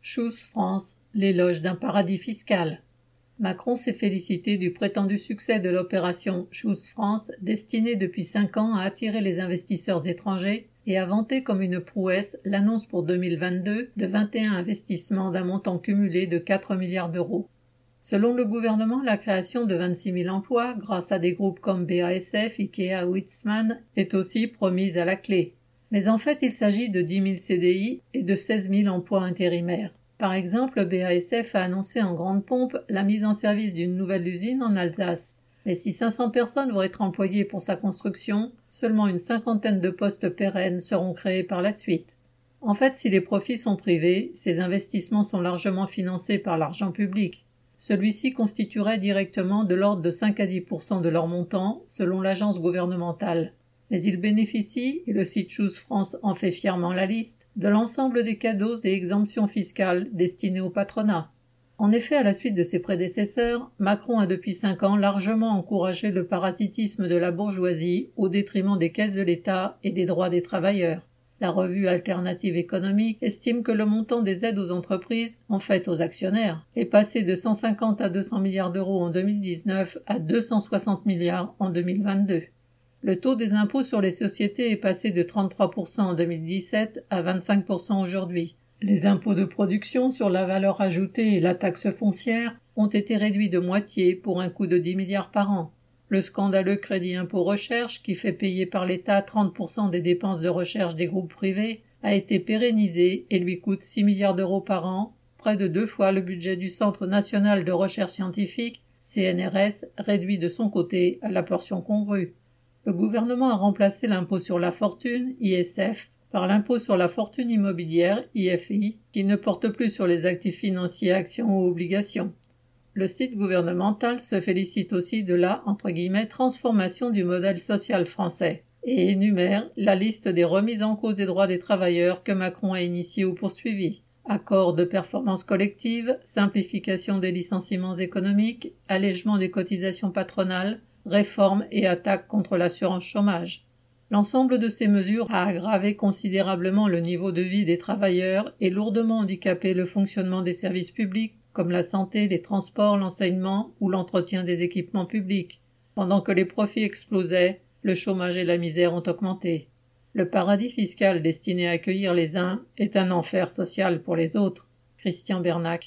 Choose France, l'éloge d'un paradis fiscal. Macron s'est félicité du prétendu succès de l'opération Choose France, destinée depuis 5 ans à attirer les investisseurs étrangers, et a vanté comme une prouesse l'annonce pour 2022 de 21 investissements d'un montant cumulé de 4 milliards d'euros. Selon le gouvernement, la création de 26 000 emplois, grâce à des groupes comme BASF, Ikea ou Huitman, est aussi promise à la clé. Mais en fait, il s'agit de 10 000 CDI et de 16 000 emplois intérimaires. Par exemple, BASF a annoncé en grande pompe la mise en service d'une nouvelle usine en Alsace. Mais si 500 personnes vont être employées pour sa construction, seulement une cinquantaine de postes pérennes seront créés par la suite. En fait, si les profits sont privés, ces investissements sont largement financés par l'argent public. Celui-ci constituerait directement de l'ordre de 5 à 10% de leur montant, selon l'agence gouvernementale. Mais ils bénéficient, et le site Choose France en fait fièrement la liste, de l'ensemble des cadeaux et exemptions fiscales destinés au patronat. En effet, à la suite de ses prédécesseurs, Macron a depuis 5 ans largement encouragé le parasitisme de la bourgeoisie au détriment des caisses de l'État et des droits des travailleurs. La revue Alternative économique estime que le montant des aides aux entreprises, en fait aux actionnaires, est passé de 150 à 200 milliards d'euros en 2019 à 260 milliards en 2022. Le taux des impôts sur les sociétés est passé de 33% en 2017 à 25% aujourd'hui. Les impôts de production sur la valeur ajoutée et la taxe foncière ont été réduits de moitié pour un coût de 10 milliards par an. Le scandaleux crédit impôt recherche, qui fait payer par l'État 30% des dépenses de recherche des groupes privés, a été pérennisé et lui coûte 6 milliards d'euros par an, près de 2 fois le budget du Centre national de recherche scientifique, CNRS, réduit de son côté à la portion congrue. Le gouvernement a remplacé l'impôt sur la fortune, ISF, par l'impôt sur la fortune immobilière, IFI, qui ne porte plus sur les actifs financiers, actions ou obligations. Le site gouvernemental se félicite aussi de la « transformation du modèle social français » et énumère la liste des remises en cause des droits des travailleurs que Macron a initiées ou poursuivies. Accords de performance collective, simplification des licenciements économiques, allègement des cotisations patronales, réforme et attaque contre l'assurance chômage. L'ensemble de ces mesures a aggravé considérablement le niveau de vie des travailleurs et lourdement handicapé le fonctionnement des services publics comme la santé, les transports, l'enseignement ou l'entretien des équipements publics. Pendant que les profits explosaient, le chômage et la misère ont augmenté. Le paradis fiscal destiné à accueillir les uns est un enfer social pour les autres. Christian Bernac.